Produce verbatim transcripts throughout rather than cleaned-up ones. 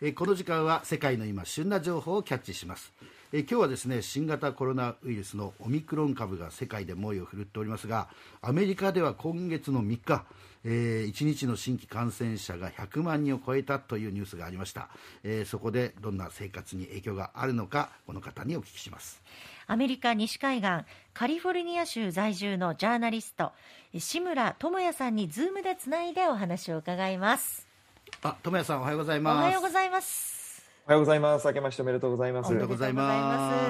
えー、この時間は世界の今旬な情報をキャッチします。えー、今日はですね、新型コロナウイルスのオミクロン株が世界で猛威を振るっておりますが、アメリカでは今月のみっか、えー、いちにちの新規感染者がひゃくまんにんを超えたというニュースがありました。えー、そこでどんな生活に影響があるのか、この方にお聞きします。 アメリカ西海岸カリフォルニア州在住のジャーナリスト志村智也さんにズームでつないでお話を伺います。 あ、智也さん、おはようございます。 おはようございます。 おはようございます。明けましておめでとうございます。 おめでとうございます。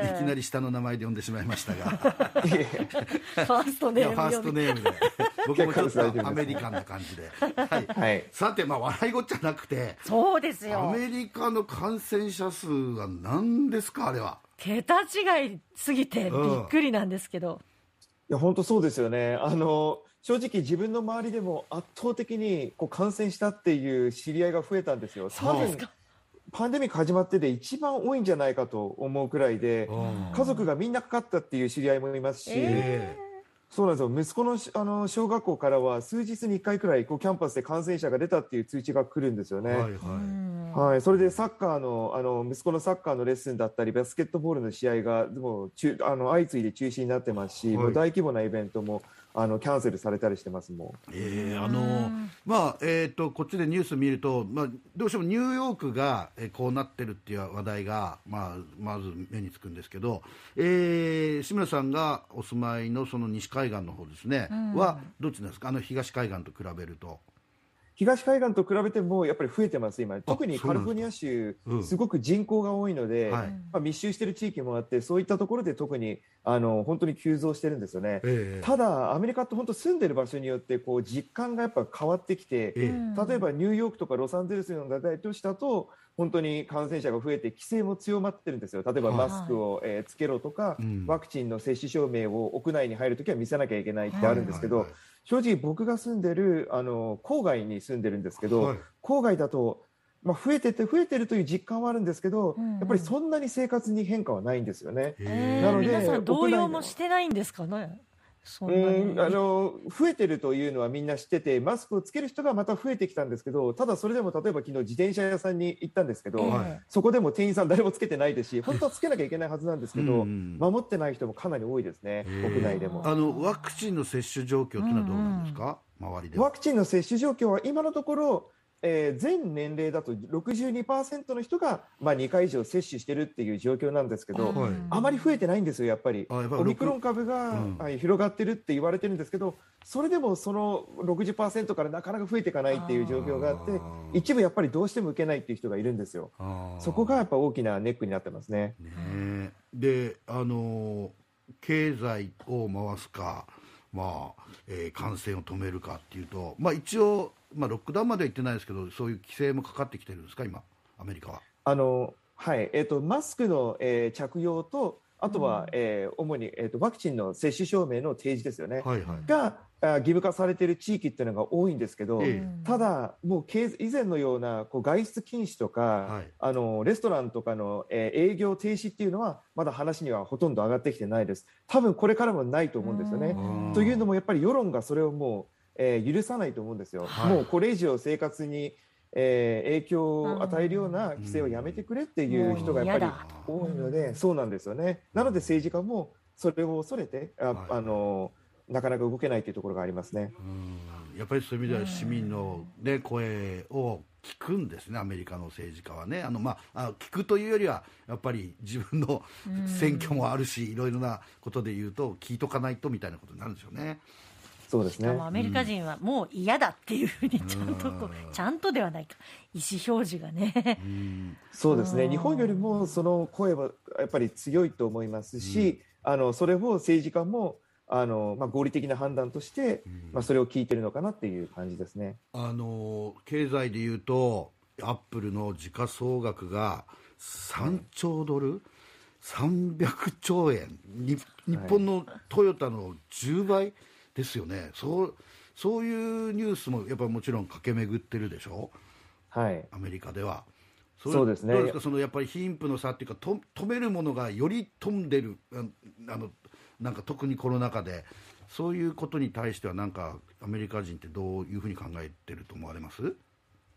いきなり下の名前で呼んでしまいましたがファーストネームファーストネームで僕もちょっとアメリカンな感じで、はいはい、さて、まあ、笑いごっちゃなくて、 そうですよ、 アメリカの感染者数は何ですか、あれは。 桁違いすぎてびっくりなんですけど、うん、いや本当そうですよね。あの正直自分の周りでも圧倒的にこう感染したっていう知り合いが増えたんですよ。多分パンデミック始まってで一番多いんじゃないかと思うくらいで、家族がみんなかかったっていう知り合いもいますし、えー、そうなんですよ。息子の、あの小学校からは数日にいっかいくらいこうキャンパスで感染者が出たっていう通知が来るんですよね。はいはいはい、それでサッカーの、あの息子のサッカーのレッスンだったりバスケットボールの試合がもう中あの相次いで中止になってますし、はい、もう大規模なイベントもあのキャンセルされたりしてますもん。 えーあのまあえー、とこっちでニュース見ると、まあ、どうしてもニューヨークが、えー、こうなってるっていう話題が、まあ、まず目につくんですけど、えー、志村さんがお住まいのその西海岸の方ですね、はどっちなんですか、あの東海岸と比べると。 東海岸と比べてもやっぱり増えてます今。特にカリフォルニア州、うん、すごく人口が多いので、はい、まあ、密集している地域もあって、そういったところで特にあの本当に急増してるんですよね。えー、ただアメリカって本当住んでる場所によってこう実感がやっぱ変わってきて、えー、例えばニューヨークとかロサンゼルスの大都市だと本当に感染者が増えて規制も強まってるんですよ。例えばマスクを、えー、つけろとか、うん、ワクチンの接種証明を屋内に入るときは見せなきゃいけないってあるんですけど、はいはいはい、正直僕が住んでるあの郊外に住んでるんですけど、はい、郊外だと、まあ、増えてて増えてるという実感はあるんですけど、うんうん、やっぱりそんなに生活に変化はないんですよね。 なので皆さん動揺もしてないんですかね。そんなにうんあの増えてるというのはみんな知ってて、マスクをつける人がまた増えてきたんですけど、ただそれでも例えば昨日自転車屋さんに行ったんですけど、はい、そこでも店員さん誰もつけてないですし、本当はつけなきゃいけないはずなんですけど、うん、守ってない人もかなり多いですね、国内でも。 あのワクチンの接種状況というのはどうなんですか、うんうん、周りでは。 ワクチンの接種状況は今のところ、えー、全年齢だと ろくじゅうにパーセント の人が、まあ、にかい以上接種してるっていう状況なんですけど、はい、あまり増えてないんですよやっぱり。オミクロン株が、うんはい、広がってるって言われてるんですけど、それでもその ろくじゅっパーセント からなかなか増えていかないっていう状況があって、一部やっぱりどうしても受けないっていう人がいるんですよ。そこがやっぱ大きなネックになってますね。 ねで、あの経済を回すか、まあえー、感染を止めるかっていうと、まあ、一応まあ、ロックダウンまでは言ってないですけど、そういう規制もかかってきてるんですか、今、アメリカは。 あの、はいえー、とマスクの、えー、着用と、あとは、うんえー、主に、えー、とワクチンの接種証明の提示ですよね、はいはい、が義務化されている地域っていうのが多いんですけど、えー、ただ、もう以前のようなこう外出禁止とか、はい、あのレストランとかの、えー、営業停止っていうのは、まだ話にはほとんど上がってきてないです。多分これからもないと思うんですよね。というのも、やっぱり世論がそれをもうえー、許さないと思うんですよ、はい、もうこれ以上生活に、えー、影響を与えるような規制をやめてくれっていう人がやっぱり多いので、うん、そうなんですよね。なので政治家もそれを恐れてあ、はい、あのなかなか動けないというところがありますね。 うんやっぱりそういう意味では市民の、ね、声を聞くんですね、アメリカの政治家はね。あの、まあ、聞くというよりはやっぱり自分の選挙もあるし、いろいろなことで言うと聞いとかないとみたいなことになるんでしょうね。 そうですね、 しかもアメリカ人はもう嫌だっていうふうにちゃんとこう、ちゃんとではないか、意思表示がね。 うんそうですね、日本よりもその声はやっぱり強いと思いますし、うん、あのそれを政治家もあの、まあ、合理的な判断として、うんまあ、それを聞いてるのかなっていう感じですね。 あの経済でいうとアップルの時価総額がさんちょうドル、はい、さんびゃくちょうえん、日本のトヨタのじゅうばいですよね。そう、そういうニュースもやっぱもちろん駆け巡ってるでしょ、はい、アメリカでは。そそうですね。 どうですか、そのやっぱり貧富の差っていうか、と止めるものがより飛んでる、あのなんか特にコロナ禍でそういうことに対してはなんかアメリカ人ってどういうふうに考えてると思われます？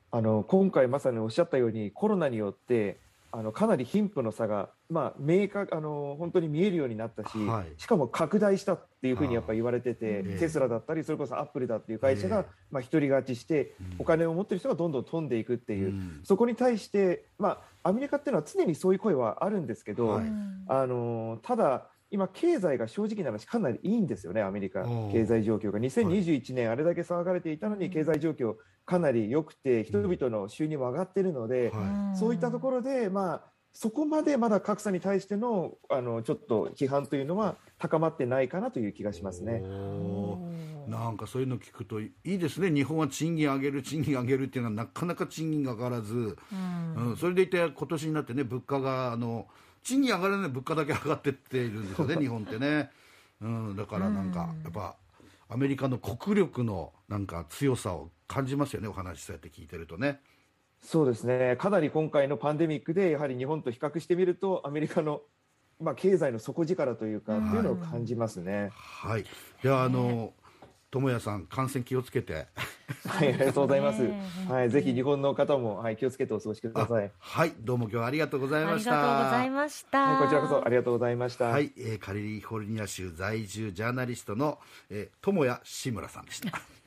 あの今回まさにおっしゃったようにコロナによってあのかなり貧富の差が、まあ、明確あの本当に見えるようになったし、はい、しかも拡大したっていうふうにやっぱり言われてて、テスラだったりそれこそアップルだっていう会社が、まあ、独り勝ちして、お金を持ってる人がどんどん飛んでいくっていう、うん、そこに対して、まあ、アメリカっていうのは常にそういう声はあるんですけど、はい、あのただ今、経済が正直な話かなりいいんですよね、アメリカ経済状況が。にせんにじゅういちねんあれだけ騒がれていたのに経済状況かなり良くて、人々の収入も上がっているので、はい、そういったところで、まあ、そこまでまだ格差に対しての、あのちょっと批判というのは高まってないかなという気がしますね。 なんかそういうの聞くといいですね。日本は賃金上げる賃金上げるっていうのはなかなか賃金が上がらず、うんうん、それでいて今年になってね、物価があの賃金上がらない物価だけ上がってっているんですよね日本ってね、うん、だからなんかやっぱアメリカの国力のなんか強さを感じますよね、お話そうやって聞いてるとね。 そうですね、かなり今回のパンデミックでやはり日本と比較してみるとアメリカの、まあ、経済の底力というか、はい、っていうのを感じますね。 はい、ではあの智也さん、感染気をつけてはい、ありがとうございます、はい、ぜひ日本の方も、はい、気をつけてお過ごしください。 はい、どうも今日はありがとうございました。 ありがとうございました、 はい、こちらこそありがとうございました。 はい、えー、カリフォルニア州在住ジャーナリストの、えー、智也志村さんでした